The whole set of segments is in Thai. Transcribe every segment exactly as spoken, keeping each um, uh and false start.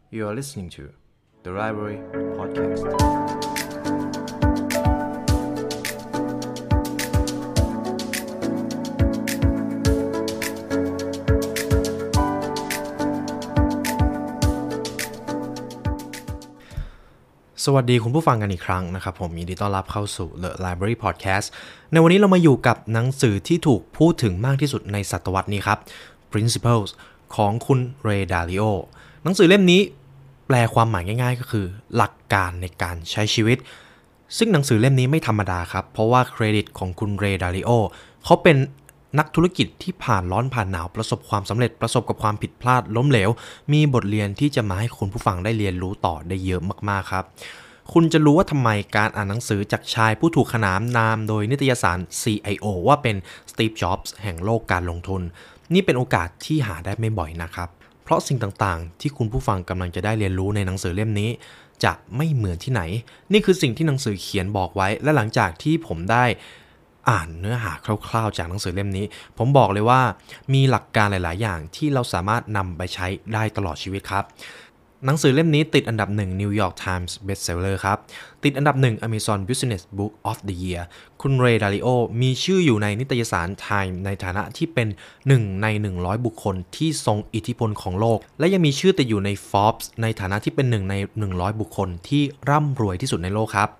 You are listening to The Library Podcast. สวัสดีคุณผู้ฟังกันอีกครั้งนะครับผมยินดีต้อนรับเข้าสู่ The Library Podcast ในวันนี้เรามาอยู่กับหนังสือที่ถูกพูดถึงมากที่สุดในศตวรรษนี้ครับ Principles ของคุณเรย์ ดาลิโอหนังสือเล่มนี้แปลความหมายง่ายๆก็คือหลักการในการใช้ชีวิตซึ่งหนังสือเล่มนี้ไม่ธรรมดาครับเพราะว่าเครดิตของคุณเรย์ ดาลิโอเขาเป็นนักธุรกิจที่ผ่านร้อนผ่านหนาวประสบความสำเร็จประสบกับความผิดพลาดล้มเหลวมีบทเรียนที่จะมาให้คุณผู้ฟังได้เรียนรู้ต่อได้เยอะมากๆครับคุณจะรู้ว่าทำไมการอ่านหนังสือจากชายผู้ถูกขนานนามโดยนิตยสาร ซี ไอ โอ ว่าเป็นสตีฟ จ็อบส์แห่งโลกการลงทุนนี่เป็นโอกาสที่หาได้ไม่บ่อยนะครับเพราะสิ่งต่างๆที่คุณผู้ฟังกำลังจะได้เรียนรู้ในหนังสือเล่มนี้จะไม่เหมือนที่ไหนนี่คือสิ่งที่หนังสือเขียนบอกไว้และหลังจากที่ผมได้อ่านเนื้อหาคร่าวๆจากหนังสือเล่มนี้ผมบอกเลยว่ามีหลักการหลายๆอย่างที่เราสามารถนำไปใช้ได้ตลอดชีวิตครับหนังสือเล่มนี้ติดอันดับหนึ่ง New York Times Bestseller ครับติดอันดับหนึ่ง Amazon Business Book of the Year คุณเรย์ ดาลิโอมีชื่ออยู่ในนิตยสาร Time ในฐานะที่เป็นหนึ่งในหนึ่งร้อยบุคคลที่ทรงอิทธิพลของโลกและยังมีชื่อติดอยู่ใน Forbes ในฐานะที่เป็นหนึ่งในหนึ่งร้อยบุคคลที่ร่ำรวยที่สุดในโลกครับ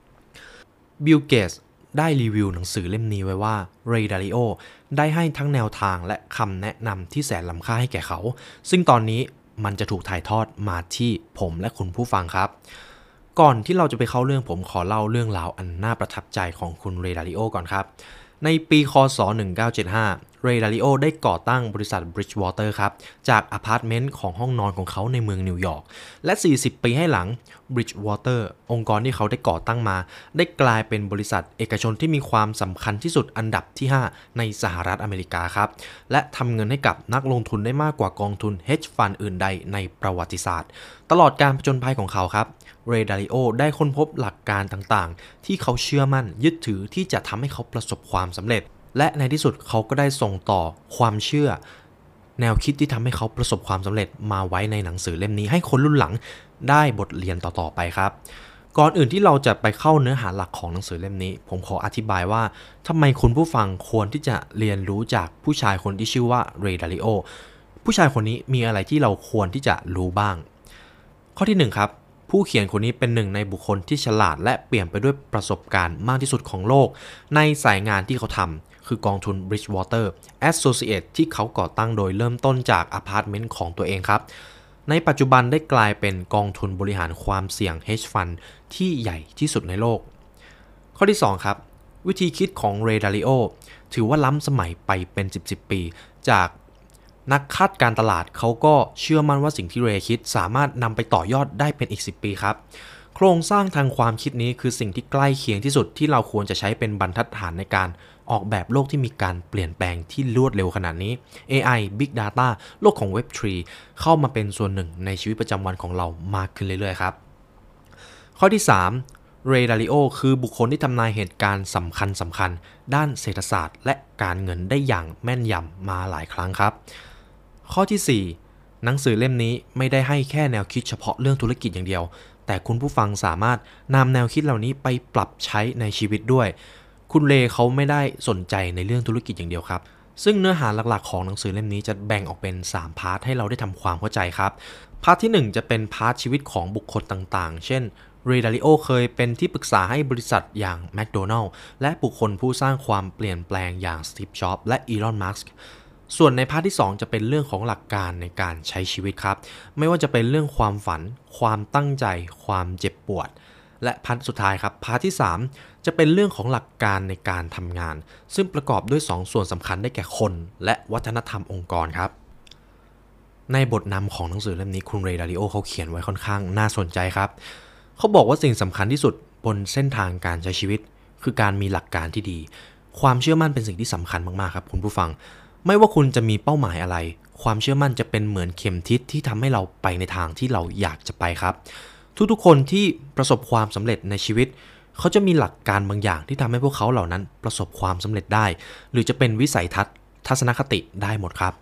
Bill Gates ได้รีวิวหนังสือเล่มนี้ไว้ว่าเรย์ ดาลิโอได้ให้ทั้งแนวทางและคำแนะนำที่แสนล้ำค่าให้แก่เขาซึ่งตอนนี้มันจะถูกถ่ายทอดมาที่ผมและคุณผู้ฟังครับก่อนที่เราจะไปเข้าเรื่องผมขอเล่าเรื่องราวอันน่าประทับใจของคุณเรย์ ดาลิโอก่อนครับในปีค.ศ. หนึ่งพันเก้าร้อยเจ็ดสิบห้าเรย์ ดาลิโอได้ก่อตั้งบริษัท Bridgewater ครับจากอพาร์ตเมนต์ของห้องนอนของเขาในเมืองนิวยอร์กและสี่สิบปีให้หลัง Bridgewater องค์กรที่เขาได้ก่อตั้งมาได้กลายเป็นบริษัทเอกชนที่มีความสำคัญที่สุดอันดับที่ห้าในสหรัฐอเมริกาครับและทำเงินให้กับนักลงทุนได้มากกว่ากองทุน hedge fund อื่นใดในประวัติศาสตร์ตลอดการผจญภัยของเขาครับเรย์ ดาลิโอได้ค้นพบหลักการต่างๆที่เขาเชื่อมั่นยึดถือที่จะทำให้เขาประสบความสำเร็จและในที่สุดเขาก็ได้ส่งต่อความเชื่อแนวคิดที่ทำให้เขาประสบความสำเร็จมาไว้ในหนังสือเล่มนี้ให้คนรุ่นหลังได้บทเรียนต่อๆไปครับก่อนอื่นที่เราจะไปเข้าเนื้อหาหลักของหนังสือเล่มนี้ผมขออธิบายว่าทำไมคุณผู้ฟังควรที่จะเรียนรู้จากผู้ชายคนที่ชื่อว่าเรย์ ดาลิโอผู้ชายคนนี้มีอะไรที่เราควรที่จะรู้บ้างข้อที่หนึ่งครับผู้เขียนคนนี้เป็นหนึ่งในบุคคลที่ฉลาดและเปลี่ยนไปด้วยประสบการณ์มากที่สุดของโลกในสายงานที่เขาทำคือกองทุน Bridgewater Associates ที่เขาก่อตั้งโดยเริ่มต้นจากอพาร์ตเมนต์ของตัวเองครับในปัจจุบันได้กลายเป็นกองทุนบริหารความเสี่ยง hedge fund ที่ใหญ่ที่สุดในโลกข้อที่สองครับวิธีคิดของเรย์ ดาลิโอถือว่าล้ำสมัยไปเป็นสิบ สิบปีจากนักคาดการตลาดเขาก็เชื่อมั่นว่าสิ่งที่เรย์คิดสามารถนำไปต่อยอดได้เป็นอีกสิบปีครับโครงสร้างทางความคิดนี้คือสิ่งที่ใกล้เคียงที่สุดที่เราควรจะใช้เป็นบรรทัดฐานในการออกแบบโลกที่มีการเปลี่ยนแปลงที่รวดเร็วขนาดนี้ เอ ไอ Big Data โลกของ เว็บ ทรี เข้ามาเป็นส่วนหนึ่งในชีวิตประจำวันของเรามากขึ้นเรื่อยๆครับข้อที่สามเรย์ ดาลิโอคือบุคคลที่ทำนายเหตุการณ์สำคัญสำคัญด้านเศรษฐศาสตร์และการเงินได้อย่างแม่นยำมาหลายครั้งครับข้อที่สี่หนังสือเล่มนี้ไม่ได้ให้แค่แนวคิดเฉพาะเรื่องธุรกิจอย่างเดียวแต่คุณผู้ฟังสามารถนำแนวคิดเหล่านี้ไปปรับใช้ในชีวิตด้วยคุณเลเขาไม่ได้สนใจในเรื่องธุรกิจอย่างเดียวครับซึ่งเนื้อหาหลักๆของหนังสือเล่มนี้จะแบ่งออกเป็นสามพาร์ทให้เราได้ทำความเข้าใจครับพาร์ทที่หนึ่งจะเป็นพาร์ทชีวิตของบุคคลต่างๆเช่นเรย์ ดาลิโอเคยเป็นที่ปรึกษาให้บริษัทอย่างแมคโดนัลด์และบุคคลผู้สร้างความเปลี่ยนแปลงอย่างสตีฟ จ็อบส์และอีลอน มัสก์ส่วนในพาร์ทที่สองจะเป็นเรื่องของหลักการในการใช้ชีวิตครับไม่ว่าจะเป็นเรื่องความฝันความตั้งใจความเจ็บปวดและพาร์ทสุดท้ายครับพาร์ทที่สามจะเป็นเรื่องของหลักการในการทำงานซึ่งประกอบด้วยสองส่วนสำคัญได้แก่คนและวัฒนธรรมองค์กรครับในบทนำของหนังสือเล่มนี้คุณเรย์ ดาลิโอเขาเขียนไว้ค่อนข้างน่าสนใจครับเขาบอกว่าสิ่งสำคัญที่สุดบนเส้นทางการใช้ชีวิตคือการมีหลักการที่ดีความเชื่อมั่นเป็นสิ่งที่สำคัญมากๆครับคุณผู้ฟังไม่ว่าคุณจะมีเป้าหมายอะไรความเชื่อมั่นจะเป็นเหมือนเข็มทิศที่ทำให้เราไปในทางที่เราอยากจะไปครับทุกๆคนที่ประสบความสำเร็จในชีวิตเขาจะมีหลักการบางอย่างที่ทำให้พวกเขาเหล่านั้นประสบความสำเร็จได้หรือจะเป็นวิสัยทัศน์ทัศนคติได้หมดครับ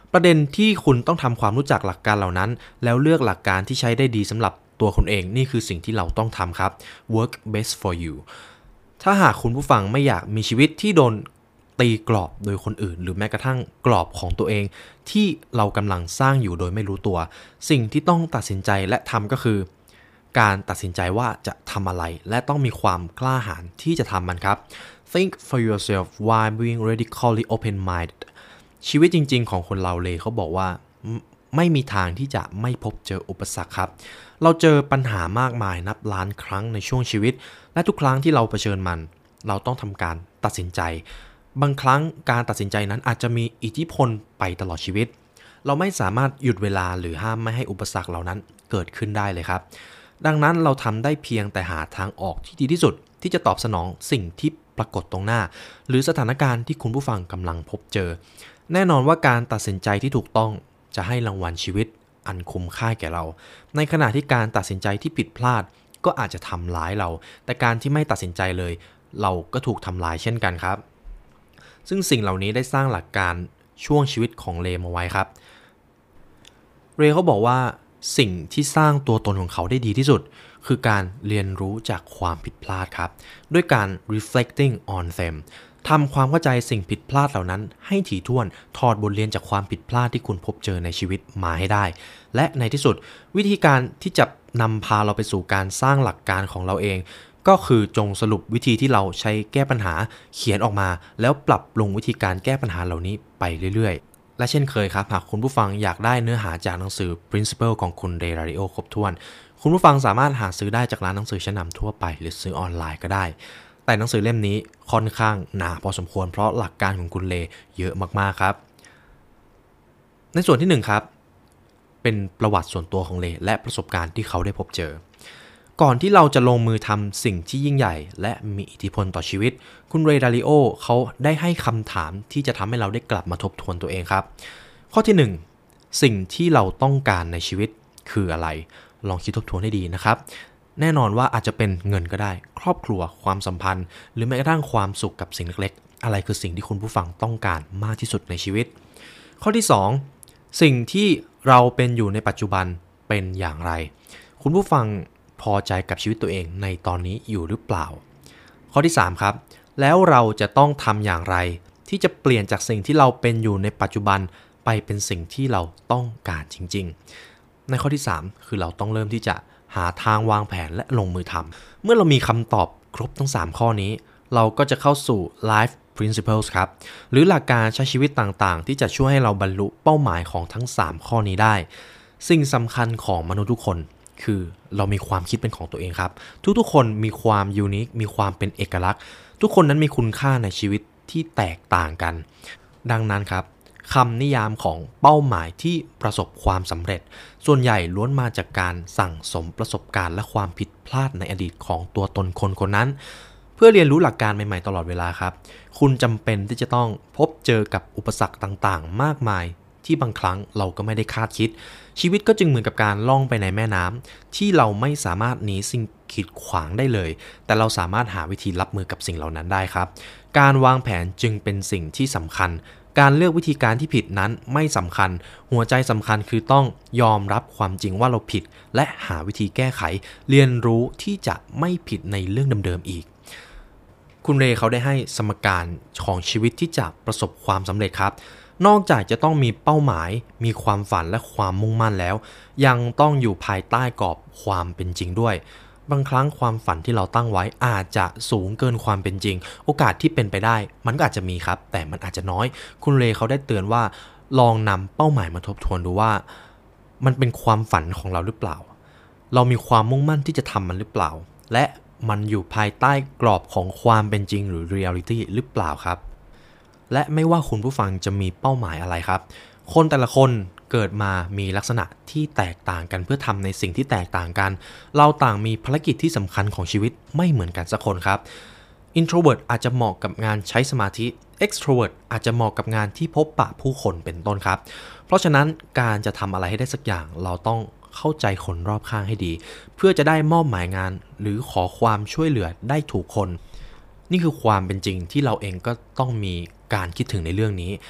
ประเด็นที่คุณต้องทำความรู้จักหลักการเหล่านั้นแล้วเลือกหลักการที่ใช้ได้ดีสำหรับตัวคุณเองนี่คือสิ่งที่เราต้องทำครับ work best for you ถ้าหากคุณผู้ฟังไม่อยากมีชีวิตที่โดนตีกรอบโดยคนอื่นหรือแม้กระทั่งกรอบของตัวเองที่เรากำลังสร้างอยู่โดยไม่รู้ตัวสิ่งที่ต้องตัดสินใจและทำก็คือการตัดสินใจว่าจะทำอะไรและต้องมีความกล้าหาญที่จะทำมันครับ Think for yourself while being radically open-minded ชีวิตจริงๆของคนเราเลยเขาบอกว่าไม่มีทางที่จะไม่พบเจออุปสรรคครับเราเจอปัญหามากมายนับล้านครั้งในช่วงชีวิตและทุกครั้งที่เราเผชิญมันเราต้องทำการตัดสินใจบางครั้งการตัดสินใจนั้นอาจจะมีอิทธิพลไปตลอดชีวิตเราไม่สามารถหยุดเวลาหรือห้ามไม่ให้อุปสรรคเหล่านั้นเกิดขึ้นได้เลยครับดังนั้นเราทำได้เพียงแต่หาทางออกที่ดีที่สุดที่จะตอบสนองสิ่งที่ปรากฏตรงหน้าหรือสถานการณ์ที่คุณผู้ฟังกำลังพบเจอแน่นอนว่าการตัดสินใจที่ถูกต้องจะให้รางวัลชีวิตอันคุ้มค่าแก่เราในขณะที่การตัดสินใจที่ผิดพลาดก็อาจจะทำร้ายเราแต่การที่ไม่ตัดสินใจเลยเราก็ถูกทำลายเช่นกันครับซึ่งสิ่งเหล่านี้ได้สร้างหลักการช่วงชีวิตของเรย์มาไว้ครับเรย์เขาบอกว่าสิ่งที่สร้างตัวตนของเขาได้ดีที่สุดคือการเรียนรู้จากความผิดพลาดครับด้วยการ reflecting on them ทำความเข้าใจสิ่งผิดพลาดเหล่านั้นให้ถี่ถ้วนถอดบทเรียนจากความผิดพลาดที่คุณพบเจอในชีวิตมาให้ได้และในที่สุดวิธีการที่จะนำพาเราไปสู่การสร้างหลักการของเราเองก็คือจงสรุปวิธีที่เราใช้แก้ปัญหาเขียนออกมาแล้วปรับปรุงวิธีการแก้ปัญหาเหล่านี้ไปเรื่อยๆและเช่นเคยครับหากคุณผู้ฟังอยากได้เนื้อหาจากหนังสือ Principle ของคุณเรย์ ดาริโอครบถ้วนคุณผู้ฟังสามารถหาซื้อได้จากร้านหนังสือชั้นนำทั่วไปหรือซื้อออนไลน์ก็ได้แต่หนังสือเล่มนี้ค่อนข้างหนาพอสมควรเพราะหลักการของคุณเรย์เยอะมากๆครับในส่วนที่หนึ่งครับเป็นประวัติส่วนตัวของเรย์และประสบการณ์ที่เขาได้พบเจอก่อนที่เราจะลงมือทำสิ่งที่ยิ่งใหญ่และมีอิทธิพลต่อชีวิตคุณเรย์ ดาริโอเขาได้ให้คำถามที่จะทำให้เราได้กลับมาทบทวนตัวเองครับข้อที่หนึ่งสิ่งที่เราต้องการในชีวิตคืออะไรลองคิดทบทวนให้ดีนะครับแน่นอนว่าอาจจะเป็นเงินก็ได้ครอบครัวความสัมพันธ์หรือแม้กระทั่งความสุขกับสิ่งเล็กๆอะไรคือสิ่งที่คุณผู้ฟังต้องการมากที่สุดในชีวิตข้อที่สองสิ่งที่เราเป็นอยู่ในปัจจุบันเป็นอย่างไรคุณผู้ฟังพอใจกับชีวิตตัวเองในตอนนี้อยู่หรือเปล่าข้อที่สามครับแล้วเราจะต้องทำอย่างไรที่จะเปลี่ยนจากสิ่งที่เราเป็นอยู่ในปัจจุบันไปเป็นสิ่งที่เราต้องการจริงๆในข้อที่สามคือเราต้องเริ่มที่จะหาทางวางแผนและลงมือทำเมื่อเรามีคำตอบครบทั้งสามข้อนี้เราก็จะเข้าสู่ life principles ครับหรือหลักการใช้ชีวิตต่างๆที่จะช่วยให้เราบรรลุเป้าหมายของทั้งสามข้อนี้ได้สิ่งสำคัญของมนุษย์ทุกคนคือเรามีความคิดเป็นของตัวเองครับทุกๆคนมีความยูนิคมีความเป็นเอกลักษณ์ทุกคนนั้นมีคุณค่าในชีวิตที่แตกต่างกันดังนั้นครับคำนิยามของเป้าหมายที่ประสบความสำเร็จส่วนใหญ่ล้วนมาจากการสั่งสมประสบการณ์และความผิดพลาดในอดีตของตัวตนคนคนนั้นเพื่อเรียนรู้หลักการใหม่ๆตลอดเวลาครับคุณจำเป็นที่จะต้องพบเจอกับอุปสรรคต่างๆมากมายที่บางครั้งเราก็ไม่ได้คาดคิดชีวิตก็จึงเหมือนกับการล่องไปในแม่น้ำที่เราไม่สามารถหนีสิ่งกีดขวางได้เลยแต่เราสามารถหาวิธีรับมือกับสิ่งเหล่านั้นได้ครับการวางแผนจึงเป็นสิ่งที่สำคัญการเลือกวิธีการที่ผิดนั้นไม่สำคัญหัวใจสำคัญคือต้องยอมรับความจริงว่าเราผิดและหาวิธีแก้ไขเรียนรู้ที่จะไม่ผิดในเรื่องเดิมๆอีกคุณเรย์เขาได้ให้สมการของชีวิตที่จะประสบความสำเร็จครับนอกจากจะต้องมีเป้าหมายมีความฝันและความมุ่งมั่นแล้วยังต้องอยู่ภายใต้กรอบความเป็นจริงด้วยบางครั้งความฝันที่เราตั้งไว้อาจจะสูงเกินความเป็นจริงโอกาสที่เป็นไปได้มันก็อาจจะมีครับแต่มันอาจจะน้อยคุณเรย์เขาได้เตือนว่าลองนำเป้าหมายมาทบทวนดูว่ามันเป็นความฝันของเราหรือเปล่าเรามีความมุ่งมั่นที่จะทำมันหรือเปล่าและมันอยู่ภายใต้กรอบของความเป็นจริงหรือ reality หรือเปล่าครับและไม่ว่าคุณผู้ฟังจะมีเป้าหมายอะไรครับคนแต่ละคนเกิดมามีลักษณะที่แตกต่างกันเพื่อทำในสิ่งที่แตกต่างกันเราต่างมีภารกิจที่สำคัญของชีวิตไม่เหมือนกันสักคนครับ introvert อาจจะเหมาะกับงานใช้สมาธิ extrovert อาจจะเหมาะกับงานที่พบปะผู้คนเป็นต้นครับเพราะฉะนั้นการจะทำอะไรให้ได้สักอย่างเราต้องเข้าใจคนรอบข้างให้ดีเพื่อจะได้มอบหมายงานหรือขอความช่วยเหลือได้ถูกคนนี่คือความเป็นจริงที่เราเองก็ต้องมีการคิดถึงในเรื่องนี้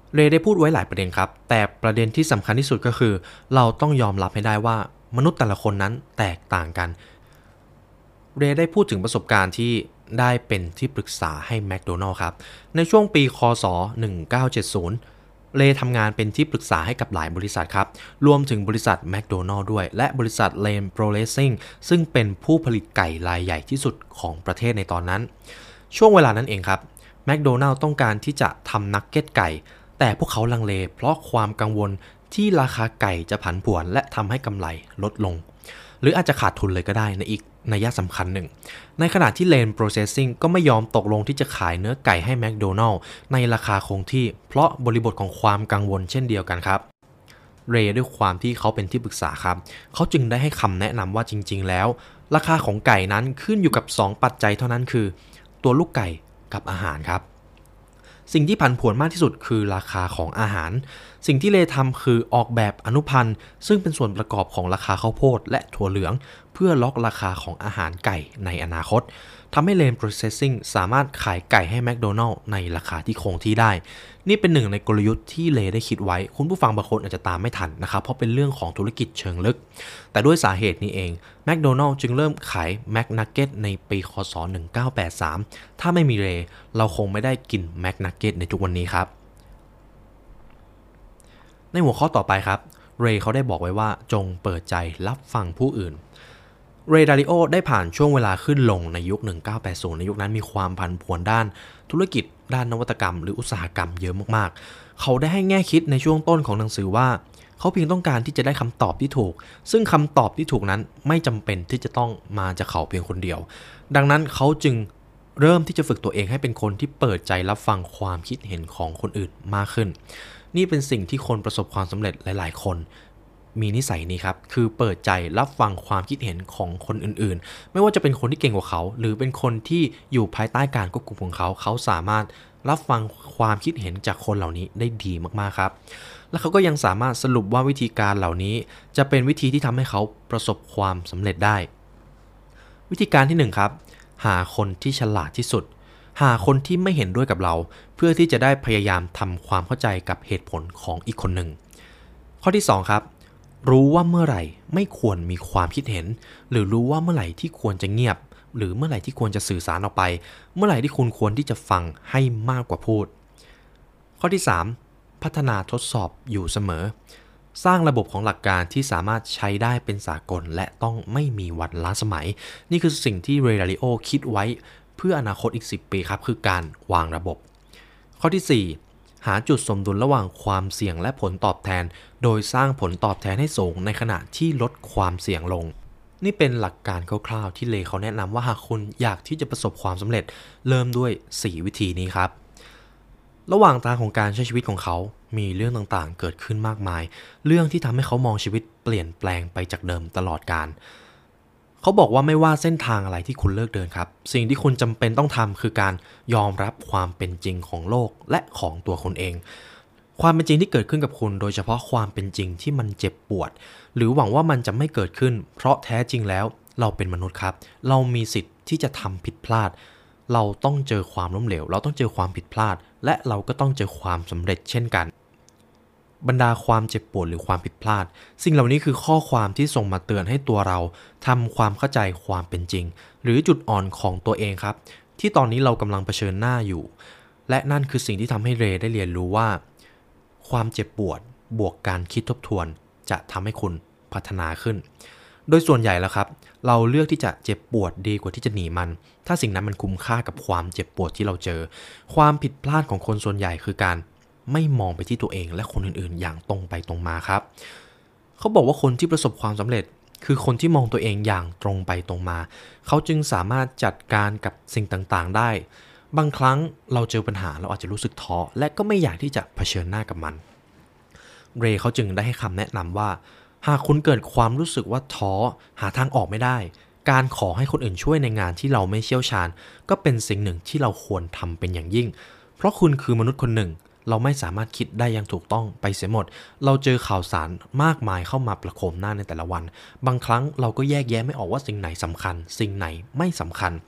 เรย์ได้พูดไว้หลายประเด็นครับแต่ประเด็นที่สำคัญที่สุดก็คือเราต้องยอมรับให้ได้ว่ามนุษย์แต่ละคนนั้นแตกต่างกันเรย์ได้พูดถึงประสบการณ์ที่ได้เป็นที่ปรึกษาให้แมคโดนัลด์ครับในช่วงปีค.ศ. หนึ่งเก้าเจ็ดศูนย์เรย์ทำงานเป็นที่ปรึกษาให้กับหลายบริษัทครับรวมถึงบริษัทแมคโดนัลด์ด้วยและบริษัทเลนโปรเลสซิ่งซึ่งเป็นผู้ผลิตไก่รายใหญ่ที่สุดของประเทศในตอนนั้นช่วงเวลานั้นเองครับแมคโดนัลด์ต้องการที่จะทำนักเก็ตไก่แต่พวกเขาลังเลเพราะความกังวลที่ราคาไก่จะผันผวนและทำให้กำไรลดลงหรืออาจจะขาดทุนเลยก็ได้ในอีกนัยสำคัญหนึ่งในขณะที่เลนโปรเซสซิ่งก็ไม่ยอมตกลงที่จะขายเนื้อไก่ให้แมคโดนัลด์ในราคาคงที่เพราะบริบทของความกังวลเช่นเดียวกันครับเรย์ด้วยความที่เขาเป็นที่ปรึกษาครับเขาจึงได้ให้คำแนะนำว่าจริงๆแล้วราคาของไก่นั้นขึ้นอยู่กับสองปัจจัยเท่านั้นคือตัวลูกไก่กับอาหารครับสิ่งที่ผันผวนมากที่สุดคือราคาของอาหารสิ่งที่เลย์ทำคือออกแบบอนุพันธ์ซึ่งเป็นส่วนประกอบของราคาข้าวโพดและถั่วเหลืองเพื่อล็อกราคาของอาหารไก่ในอนาคตทำให้เลนโปรเซสซิ่งสามารถขายไก่ให้แมคโดนัลด์ในราคาที่คงที่ได้นี่เป็นหนึ่งในกลยุทธ์ที่เลย์ได้คิดไว้คุณผู้ฟังบางคนอาจจะตามไม่ทันนะครับเพราะเป็นเรื่องของธุรกิจเชิงลึกแต่ด้วยสาเหตุนี้เองแมคโดนัลด์จึงเริ่มขายแมคนักเก็ตในปีค.ศ. หนึ่งเก้าแปดสามถ้าไม่มีเรย์เราคงไม่ได้กินแมคนักเก็ตในทุกวันนี้ครับในหัวข้อต่อไปครับเรย์เขาได้บอกไว้ว่าจงเปิดใจรับฟังผู้อื่นเรย์ดาริโอได้ผ่านช่วงเวลาขึ้นลงในยุคหนึ่งเก้าแปดศูนย์ในยุคนั้นมีความผันผวนด้านธุรกิจด้านนวัตกรรมหรืออุตสาหกรรมเยอะมากๆเขาได้ให้แง่คิดในช่วงต้นของหนังสือว่าเขาเพียงต้องการที่จะได้คำตอบที่ถูกซึ่งคำตอบที่ถูกนั้นไม่จำเป็นที่จะต้องมาจากเขาเพียงคนเดียวดังนั้นเขาจึงเริ่มที่จะฝึกตัวเองให้เป็นคนที่เปิดใจรับฟังความคิดเห็นของคนอื่นมากขึ้นนี่เป็นสิ่งที่คนประสบความสำเร็จหลายๆคนมีนิสัยนี้ครับคือเปิดใจรับฟังความคิดเห็นของคนอื่นๆไม่ว่าจะเป็นคนที่เก่งกว่าเขาหรือเป็นคนที่อยู่ภายใต้การควบคุมของเขาเขาสามารถรับฟังความคิดเห็นจากคนเหล่านี้ได้ดีมากๆครับและเขาก็ยังสามารถสรุปว่าวิธีการเหล่านี้จะเป็นวิธีที่ทำให้เขาประสบความสำเร็จได้วิธีการที่หนึ่งครับหาคนที่ฉลาดที่สุดหาคนที่ไม่เห็นด้วยกับเราเพื่อที่จะได้พยายามทำความเข้าใจกับเหตุผลของอีกคนหนึ่งข้อที่สองครับรู้ว่าเมื่อไหร่ไม่ควรมีความคิดเห็นหรือรู้ว่าเมื่อไหร่ที่ควรจะเงียบหรือเมื่อไหร่ที่ควรจะสื่อสารออกไปเมื่อไหร่ที่คุณควรที่จะฟังให้มากกว่าพูดข้อที่สามพัฒนาทดสอบอยู่เสมอสร้างระบบของหลักการที่สามารถใช้ได้เป็นสากลและต้องไม่มีวันล้าสมัยนี่คือสิ่งที่เรย์ดาริโอคิดไว้เพื่ออนาคตอีกสิบปีครับคือการวางระบบข้อที่สี่หาจุดสมดุลระหว่างความเสี่ยงและผลตอบแทนโดยสร้างผลตอบแทนให้สูงในขณะที่ลดความเสี่ยงลงนี่เป็นหลักการคร่าวๆที่เลย์เขาแนะนำว่าหากคุณอยากที่จะประสบความสำเร็จเริ่มด้วยสี่วิธีนี้ครับระหว่างทางของการใช้ชีวิตของเขามีเรื่องต่างๆเกิดขึ้นมากมายเรื่องที่ทำให้เขามองชีวิตเปลี่ยนแปลงไปจากเดิมตลอดกาลเขาบอกว่าไม่ว่าเส้นทางอะไรที่คุณเลือกเดินครับสิ่งที่คุณจำเป็นต้องทำคือการยอมรับความเป็นจริงของโลกและของตัวคุณเองความเป็นจริงที่เกิดขึ้นกับคุณโดยเฉพาะความเป็นจริงที่มันเจ็บปวดหรือหวังว่ามันจะไม่เกิดขึ้นเพราะแท้จริงแล้วเราเป็นมนุษย์ครับเรามีสิทธิ์ที่จะทำผิดพลาดเราต้องเจอความล้มเหลวเราต้องเจอความผิดพลาดและเราก็ต้องเจอความสำเร็จเช่นกันบรรดาความเจ็บปวดหรือความผิดพลาดสิ่งเหล่านี้คือข้อความที่ส่งมาเตือนให้ตัวเราทำความเข้าใจความเป็นจริงหรือจุดอ่อนของตัวเองครับที่ตอนนี้เรากำลังเผชิญหน้าอยู่และนั่นคือสิ่งที่ทำให้เรย์ได้เรียนรู้ว่าความเจ็บปวดบวกการคิดทบทวนจะทำให้คุณพัฒนาขึ้นโดยส่วนใหญ่แล้วครับเราเลือกที่จะเจ็บปวดดีกว่าที่จะหนีมันถ้าสิ่งนั้นมันคุ้มค่ากับความเจ็บปวดที่เราเจอความผิดพลาดของคนส่วนใหญ่คือการไม่มองไปที่ตัวเองและคนอื่นๆอย่างตรงไปตรงมาครับเขาบอกว่าคนที่ประสบความสำเร็จคือคนที่มองตัวเองอย่างตรงไปตรงมาเขาจึงสามารถจัดการกับสิ่งต่างๆได้บางครั้งเราเจอปัญหาเราอาจจะรู้สึกท้อและก็ไม่อยากที่จะเผชิญหน้ากับมันเรย์เขาจึงได้ให้คำแนะนำว่าหากคุณเกิดความรู้สึกว่าท้อหาทางออกไม่ได้การขอให้คนอื่นช่วยในงานที่เราไม่เชี่ยวชาญก็เป็นสิ่งหนึ่งที่เราควรทำเป็นอย่างยิ่งเพราะคุณคือมนุษย์คนหนึ่งเราไม่สามารถคิดได้อย่างถูกต้องไปเสียหมดเราเจอข่าวสารมากมายเข้ามาประโคมหน้าในแต่ละวันบางครั้งเราก็แยกแยะไม่ออกว่าสิ่งไหนสำคัญสิ่งไหนไม่สำคัญ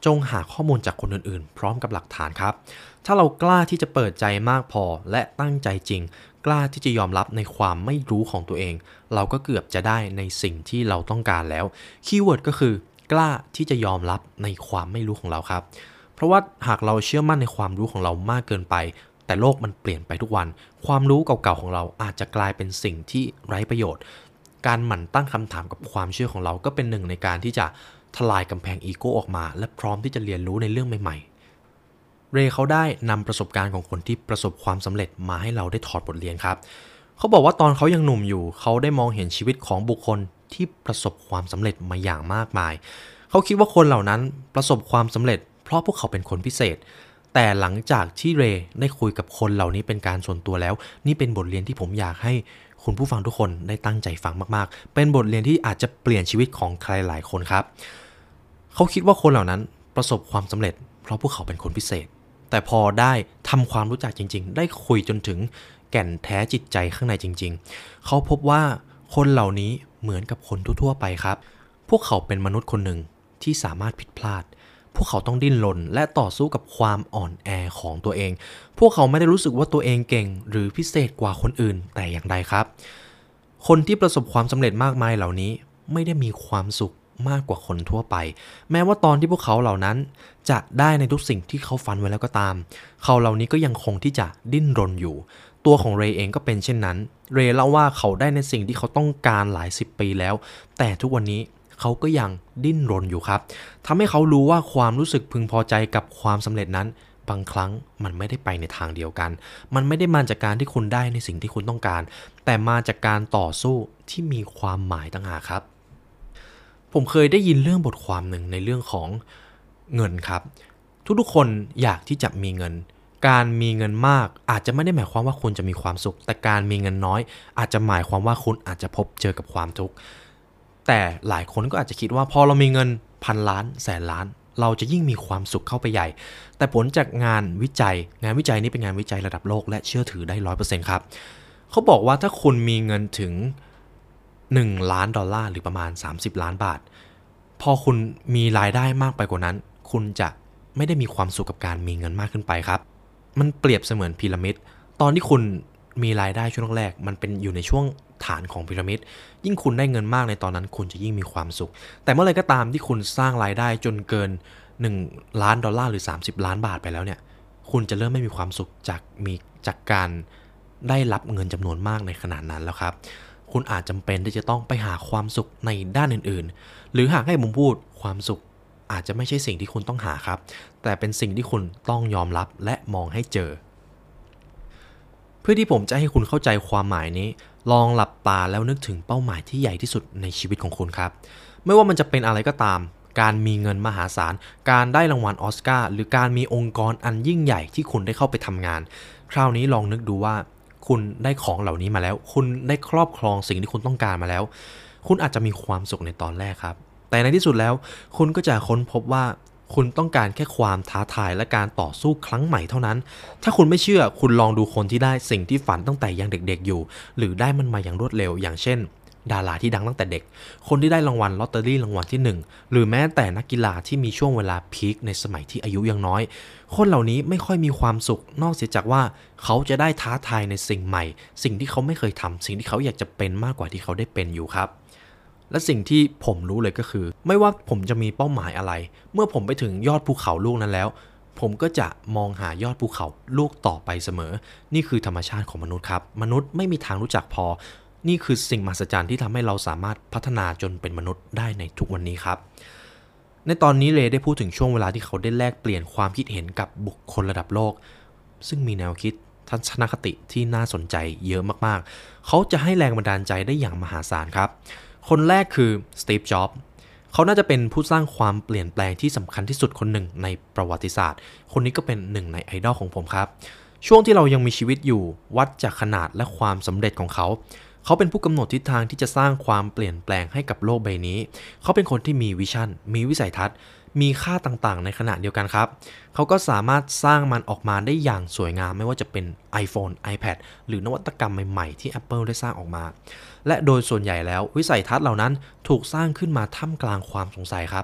จงหาข้อมูลจากคนอื่นๆพร้อมกับหลักฐานครับถ้าเรากล้าที่จะเปิดใจมากพอและตั้งใจจริงกล้าที่จะยอมรับในความไม่รู้ของตัวเองเราก็เกือบจะได้ในสิ่งที่เราต้องการแล้วคีย์เวิร์ดก็คือกล้าที่จะยอมรับในความไม่รู้ของเราครับเพราะว่าหากเราเชื่อมั่นในความรู้ของเรามากเกินไปแต่โลกมันเปลี่ยนไปทุกวันความรู้เก่าๆของเราอาจจะกลายเป็นสิ่งที่ไร้ประโยชน์การหมั่นตั้งคำถามกับความเชื่อของเราก็เป็นหนึ่งในการที่จะทลายกำแพงอีโก้ออกมาและพร้อมที่จะเรียนรู้ในเรื่องใหม่ๆเรย์เขาได้นำประสบการณ์ของคนที่ประสบความสำเร็จมาให้เราได้ถอดบทเรียนครับเขาบอกว่าตอนเขายังหนุ่มอยู่เขาได้มองเห็นชีวิตของบุคคลที่ประสบความสำเร็จมาอย่างมากมายเขาคิดว่าคนเหล่านั้นประสบความสำเร็จเพราะพวกเขาเป็นคนพิเศษแต่หลังจากที่เรย์ได้คุยกับคนเหล่านี้เป็นการส่วนตัวแล้วนี่เป็นบทเรียนที่ผมอยากให้คุณผู้ฟังทุกคนได้ตั้งใจฟังมากๆเป็นบทเรียนที่อาจจะเปลี่ยนชีวิตของใครหลายคนครับเขาคิดว่าคนเหล่านั้นประสบความสำเร็จเพราะพวกเขาเป็นคนพิเศษแต่พอได้ทำความรู้จักจริงๆได้คุยจนถึงแก่นแท้จิตใจข้างในจริงๆเขาพบว่าคนเหล่านี้เหมือนกับคนทั่วๆไปครับพวกเขาเป็นมนุษย์คนหนึ่งที่สามารถผิดพลาดพวกเขาต้องดิ้นรนและต่อสู้กับความอ่อนแอของตัวเองพวกเขาไม่ได้รู้สึกว่าตัวเองเก่งหรือพิเศษกว่าคนอื่นแต่อย่างใดครับคนที่ประสบความสำเร็จมากมายเหล่านี้ไม่ได้มีความสุขมากกว่าคนทั่วไปแม้ว่าตอนที่พวกเขาเหล่านั้นจะได้ในทุกสิ่งที่เขาฝันไว้แล้วก็ตามเขาเหล่านี้ก็ยังคงที่จะดิ้นรนอยู่ตัวของเรย์เองก็เป็นเช่นนั้นเรย์เล่าว่าเขาได้ในสิ่งที่เขาต้องการหลายสิบปีแล้วแต่ทุกวันนี้เขาก็ยังดิ้นรนอยู่ครับทำให้เขารู้ว่าความรู้สึกพึงพอใจกับความสำเร็จนั้นบางครั้งมันไม่ได้ไปในทางเดียวกันมันไม่ได้มาจากการที่คุณได้ในสิ่งที่คุณต้องการแต่มาจากการต่อสู้ที่มีความหมายต่างหากครับผมเคยได้ยินเรื่องบทความหนึ่งในเรื่องของเงินครับทุกๆคนอยากที่จะมีเงินการมีเงินมากอาจจะไม่ได้หมายความว่าคุณจะมีความสุขแต่การมีเงินน้อยอาจจะหมายความว่าคุณอาจจะพบเจอกับความทุกข์แต่หลายคนก็อาจจะคิดว่าพอเรามีเงินพันล้านแสนล้านเราจะยิ่งมีความสุขเข้าไปใหญ่แต่ผลจากงานวิจัยงานวิจัยนี้เป็นงานวิจัยระดับโลกและเชื่อถือได้ ร้อยเปอร์เซ็นต์ ครับเขาบอกว่าถ้าคุณมีเงินถึงหนึ่งล้านดอลลาร์หรือประมาณสามสิบล้านบาทพอคุณมีรายได้มากไปกว่านั้นคุณจะไม่ได้มีความสุขกับการมีเงินมากขึ้นไปครับมันเปรียบเสมือนพีระมิดตอนที่คุณมีรายได้ช่วงแรกมันเป็นอยู่ในช่วงฐานของพีระมิดยิ่งคุณได้เงินมากในตอนนั้นคุณจะยิ่งมีความสุขแต่เมื่อไรก็ตามที่คุณสร้างรายได้จนเกินหนึ่งล้านดอลลาร์หรือสามสิบล้านบาทไปแล้วเนี่ยคุณจะเริ่มไม่มีความสุขจากมีจากการได้รับเงินจำนวนมากในขนาดนั้นแล้วครับคุณอาจจำเป็นที่จะต้องไปหาความสุขในด้านอื่นๆหรือหากให้ผมพูดความสุขอาจจะไม่ใช่สิ่งที่คุณต้องหาครับแต่เป็นสิ่งที่คุณต้องยอมรับและมองให้เจอเพื่อที่ผมจะให้คุณเข้าใจความหมายนี้ลองหลับตาแล้วนึกถึงเป้าหมายที่ใหญ่ที่สุดในชีวิตของคุณครับไม่ว่ามันจะเป็นอะไรก็ตามการมีเงินมหาศาลการได้รางวัลออสการ์หรือการมีองค์กรอันยิ่งใหญ่ที่คุณได้เข้าไปทำงานคราวนี้ลองนึกดูว่าคุณได้ของเหล่านี้มาแล้วคุณได้ครอบครองสิ่งที่คุณต้องการมาแล้วคุณอาจจะมีความสุขในตอนแรกครับแต่ในที่สุดแล้วคุณก็จะค้นพบว่าคุณต้องการแค่ความท้าทายและการต่อสู้ครั้งใหม่เท่านั้นถ้าคุณไม่เชื่อคุณลองดูคนที่ได้สิ่งที่ฝันตั้งแต่ยังเด็กๆอยู่หรือได้มันมาอย่างรวดเร็วอย่างเช่นดาราที่ดังตั้งแต่เด็กคนที่ได้รางวัลลอตเตอรี่รางวัลที่หนึ่งหรือแม้แต่นักกีฬาที่มีช่วงเวลาพีคในสมัยที่อายุยังน้อยคนเหล่านี้ไม่ค่อยมีความสุขนอกเสียจากว่าเขาจะได้ท้าทายในสิ่งใหม่สิ่งที่เขาไม่เคยทำสิ่งที่เขาอยากจะเป็นมากกว่าที่เขาได้เป็นอยู่ครับและสิ่งที่ผมรู้เลยก็คือไม่ว่าผมจะมีเป้าหมายอะไรเมื่อผมไปถึงยอดภูเขาลูกนั้นแล้วผมก็จะมองหายอดภูเขาลูกต่อไปเสมอนี่คือธรรมชาติของมนุษย์ครับมนุษย์ไม่มีทางรู้จักพอนี่คือสิ่งมหัศจรรย์ที่ทำให้เราสามารถพัฒนาจนเป็นมนุษย์ได้ในทุกวันนี้ครับในตอนนี้เรย์ได้พูดถึงช่วงเวลาที่เขาได้แลกเปลี่ยนความคิดเห็นกับบุคคลระดับโลกซึ่งมีแนวคิดทัศนคติที่น่าสนใจเยอะมากๆเขาจะให้แรงบันดาลใจได้อย่างมหาศาลครับคนแรกคือสตีฟ จ็อบส์เขาน่าจะเป็นผู้สร้างความเปลี่ยนแปลงที่สำคัญที่สุดคนหนึ่งในประวัติศาสตร์คนนี้ก็เป็นหนึ่งในไอดอลของผมครับช่วงที่เรายังมีชีวิตอยู่วัดจากขนาดและความสำเร็จของเขาเขาเป็นผู้กำหนดทิศทางที่จะสร้างความเปลี่ยนแปลงให้กับโลกใบนี้เขาเป็นคนที่มีวิชั่นมีวิสัยทัศน์มีค่าต่างๆในขณะเดียวกันครับเขาก็สามารถสร้างมันออกมาได้อย่างสวยงามไม่ว่าจะเป็น iPhone iPad หรือนวัตกรรมใหม่ๆที่ Apple ได้สร้างออกมาและโดยส่วนใหญ่แล้ววิสัยทัศน์เหล่านั้นถูกสร้างขึ้นมาท่ามกลางความสงสัยครับ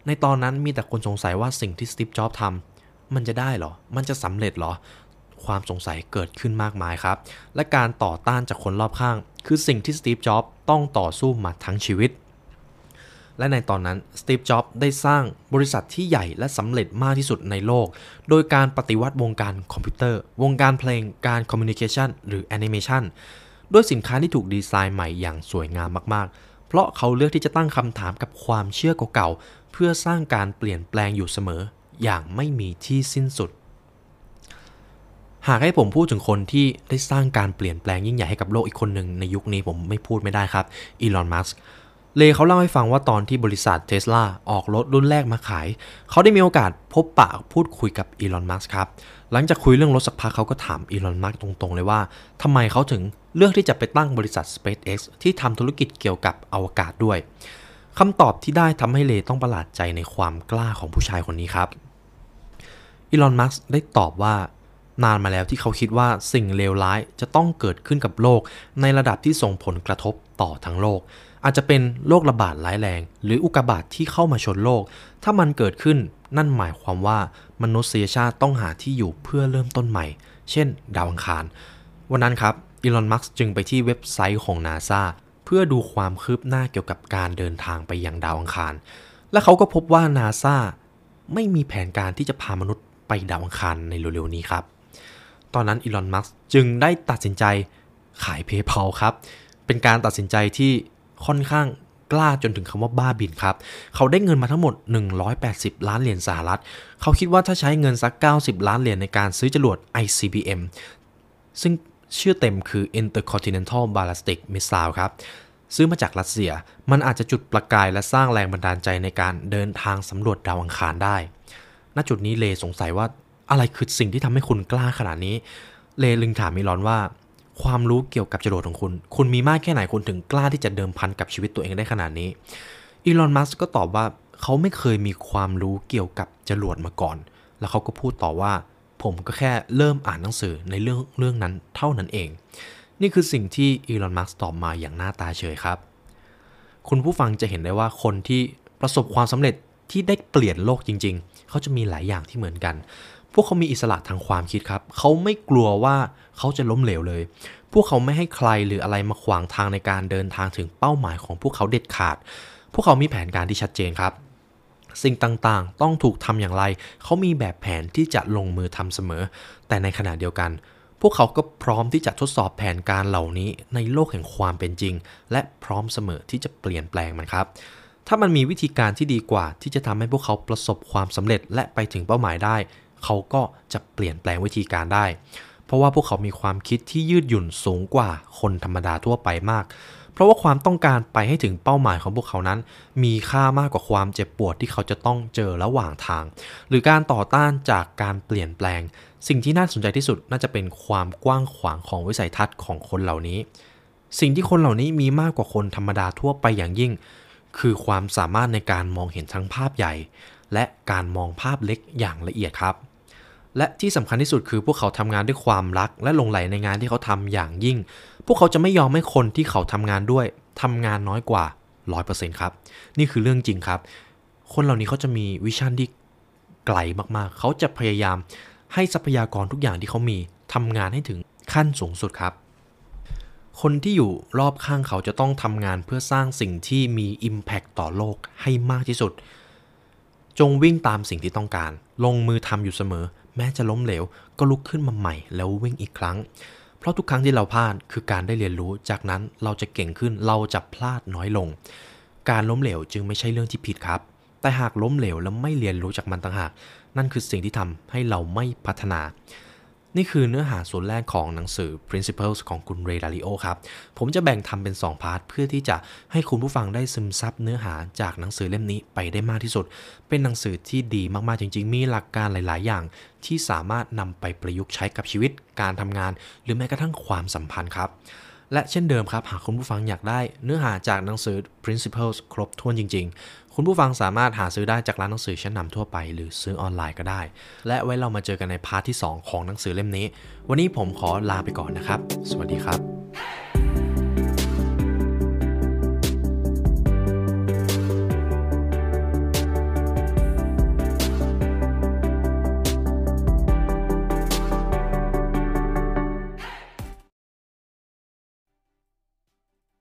ในตอนนั้นมีแต่คนสงสัยว่าสิ่งที่สตีฟจ็อบส์ทำมันจะได้เหรอมันจะสำเร็จเหรอความสงสัยเกิดขึ้นมากมายครับและการต่อต้านจากคนรอบข้างคือสิ่งที่สตีฟจ็อบส์ต้องต่อสู้มาทั้งชีวิตและในตอนนั้นสตีฟจ็อบส์ได้สร้างบริษัทที่ใหญ่และสำเร็จมากที่สุดในโลกโดยการปฏิวัติวงการคอมพิวเตอร์วงการเพลงการคอมมิวนิเคชันหรือแอนิเมชันด้วยสินค้าที่ถูกดีไซน์ใหม่อย่างสวยงามมากๆเพราะเขาเลือกที่จะตั้งคำถามกับความเชื่อเก่าๆเพื่อสร้างการเปลี่ยนแปลงอยู่เสมออย่างไม่มีที่สิ้นสุดหากให้ผมพูดถึงคนที่ได้สร้างการเปลี่ยนแปลงยิ่งใหญ่ให้กับโลกอีกคนหนึ่งในยุคนี้ผมไม่พูดไม่ได้ครับอีลอน มัสก์เลเขาเล่าให้ฟังว่าตอนที่บริษัท Tesla ออกรถรุ่นแรกมาขายเขาได้มีโอกาสพบปะพูดคุยกับอีลอน มัสก์ครับหลังจากคุยเรื่องรถสักพักเขาก็ถามอีลอน มัสก์ตรงๆเลยว่าทำไมเขาถึงเลือกที่จะไปตั้งบริษัท SpaceX ที่ทำธุรกิจเกี่ยวกับอวกาศด้วยคำตอบที่ได้ทำให้เลต้องประหลาดใจในความกล้าของผู้ชายคนนี้ครับอีลอน มัสก์ได้ตอบว่านานมาแล้วที่เขาคิดว่าสิ่งเลวร้ายจะต้องเกิดขึ้นกับโลกในระดับที่ส่งผลกระทบต่อทั้งโลกอาจจะเป็นโรคระบาดร้ายแรงหรืออุกกาบาตที่เข้ามาชนโลกถ้ามันเกิดขึ้นนั่นหมายความว่ามนุษยชาติต้องหาที่อยู่เพื่อเริ่มต้นใหม่เช่นดาวอังคารวันนั้นครับอีลอน มัสก์จึงไปที่เว็บไซต์ของ นาซา เพื่อดูความคืบหน้าเกี่ยวกับการเดินทางไปยังดาวอังคารและเขาก็พบว่า นา ซา ไม่มีแผนการที่จะพามนุษย์ไปดาวอังคารในเร็วๆนี้ครับตอนนั้นอีลอน มัสก์จึงได้ตัดสินใจขาย PayPal ครับเป็นการตัดสินใจที่ค่อนข้างกล้าจนถึงคำว่าบ้าบินครับเขาได้เงินมาทั้งหมดหนึ่งร้อยแปดสิบล้านเหรียญสหรัฐเขาคิดว่าถ้าใช้เงินสักเก้าสิบล้านเหรียญในการซื้อจรวด ไอ ซี บี เอ็ม ซึ่งชื่อเต็มคือ Intercontinental Ballistic Missile ครับซื้อมาจากรัสเซียมันอาจจะจุดประกายและสร้างแรงบันดาลใจในการเดินทางสำรวจดาวอังคารได้ณจุดนี้เลสงสัยว่าอะไรคือสิ่งที่ทำให้คุณกล้าขนาดนี้เลลึงถามอีลอนว่าความรู้เกี่ยวกับจรวดของคุณคุณมีมากแค่ไหนคุณถึงกล้าที่จะเดิมพันกับชีวิตตัวเองได้ขนาดนี้อีลอน มัสก์ก็ตอบว่าเขาไม่เคยมีความรู้เกี่ยวกับจรวดมาก่อนแล้วเขาก็พูดต่อว่าผมก็แค่เริ่มอ่านหนังสือในเรื่องเรื่องนั้นเท่านั้นเองนี่คือสิ่งที่อีลอน มัสก์ตอบมาอย่างหน้าตาเฉยครับคุณผู้ฟังจะเห็นได้ว่าคนที่ประสบความสำเร็จที่ได้เปลี่ยนโลกจริงๆเขาจะมีหลายอย่างที่เหมือนกันพวกเขามีอิสระทางความคิดครับเขาไม่กลัวว่าเขาจะล้มเหลวเลยพวกเขาไม่ให้ใครหรืออะไรมาขวางทางในการเดินทางถึงเป้าหมายของพวกเขาเด็ดขาดพวกเขามีแผนการที่ชัดเจนครับสิ่งต่างๆต้องถูกทำอย่างไรเขามีแบบแผนที่จะลงมือทำเสมอแต่ในขณะเดียวกันพวกเขาก็พร้อมที่จะทดสอบแผนการเหล่านี้ในโลกแห่งความเป็นจริงและพร้อมเสมอที่จะเปลี่ยนแปลงมันครับถ้ามันมีวิธีการที่ดีกว่าที่จะทำให้พวกเขาประสบความสำเร็จและไปถึงเป้าหมายได้เขาก็จะเปลี่ยนแปลงวิธีการได้เพราะว่าพวกเขามีความคิดที่ยืดหยุ่นสูงกว่าคนธรรมดาทั่วไปมากเพราะว่าความต้องการไปให้ถึงเป้าหมายของพวกเขานั้นมีค่ามากกว่าความเจ็บปวดที่เขาจะต้องเจอระหว่างทางหรือการต่อต้านจากการเปลี่ยนแปลงสิ่งที่น่าสนใจที่สุดน่าจะเป็นความกว้างขวางของวิสัยทัศน์ของคนเหล่านี้สิ่งที่คนเหล่านี้มีมากกว่าคนธรรมดาทั่วไปอย่างยิ่งคือความสามารถในการมองเห็นทั้งภาพใหญ่และการมองภาพเล็กอย่างละเอียดครับและที่สำคัญที่สุดคือพวกเขาทำงานด้วยความรักและหลงใหลในงานที่เขาทำอย่างยิ่งพวกเขาจะไม่ยอมให้คนที่เขาทำงานด้วยทำงานน้อยกว่า ร้อยเปอร์เซ็นต์ ครับนี่คือเรื่องจริงครับคนเหล่านี้เขาจะมีวิชั่นที่ไกลมากๆเขาจะพยายามให้ทรัพยากรทุกอย่างที่เขามีทำงานให้ถึงขั้นสูงสุดครับคนที่อยู่รอบข้างเขาจะต้องทำงานเพื่อสร้างสิ่งที่มี impact ต่อโลกให้มากที่สุดจงวิ่งตามสิ่งที่ต้องการลงมือทำอยู่เสมอแม้จะล้มเหลวก็ลุกขึ้นมาใหม่แล้ววิ่งอีกครั้งเพราะทุกครั้งที่เราพลาดคือการได้เรียนรู้จากนั้นเราจะเก่งขึ้นเราจะพลาดน้อยลงการล้มเหลวจึงไม่ใช่เรื่องที่ผิดครับแต่หากล้มเหลวแล้วไม่เรียนรู้จากมันต่างหากนั่นคือสิ่งที่ทำให้เราไม่พัฒนานี่คือเนื้อหาส่วนแรกของหนังสือ Principles ของคุณเรย์ ดาลิโอครับผมจะแบ่งทำเป็นสองพาร์ทเพื่อที่จะให้คุณผู้ฟังได้ซึมซับเนื้อหาจากหนังสือเล่มนี้ไปได้มากที่สุดเป็นหนังสือที่ดีมากๆจริงๆมีหลักการหลายๆอย่างที่สามารถนำไปประยุกต์ใช้กับชีวิตการทำงานหรือแม้กระทั่งความสัมพันธ์ครับและเช่นเดิมครับหากคุณผู้ฟังอยากได้เนื้อหาจากหนังสือ Principles ครบถ้วนจริงๆคุณผู้ฟังสามารถหาซื้อได้จากร้านหนังสือชั้นนำทั่วไปหรือซื้อออนไลน์ก็ได้และไว้เรามาเจอกันในพาร์ทที่สองของหนังสือเล่มนี้วันนี้ผมขอลาไปก่อนนะครับสวัสดีครับ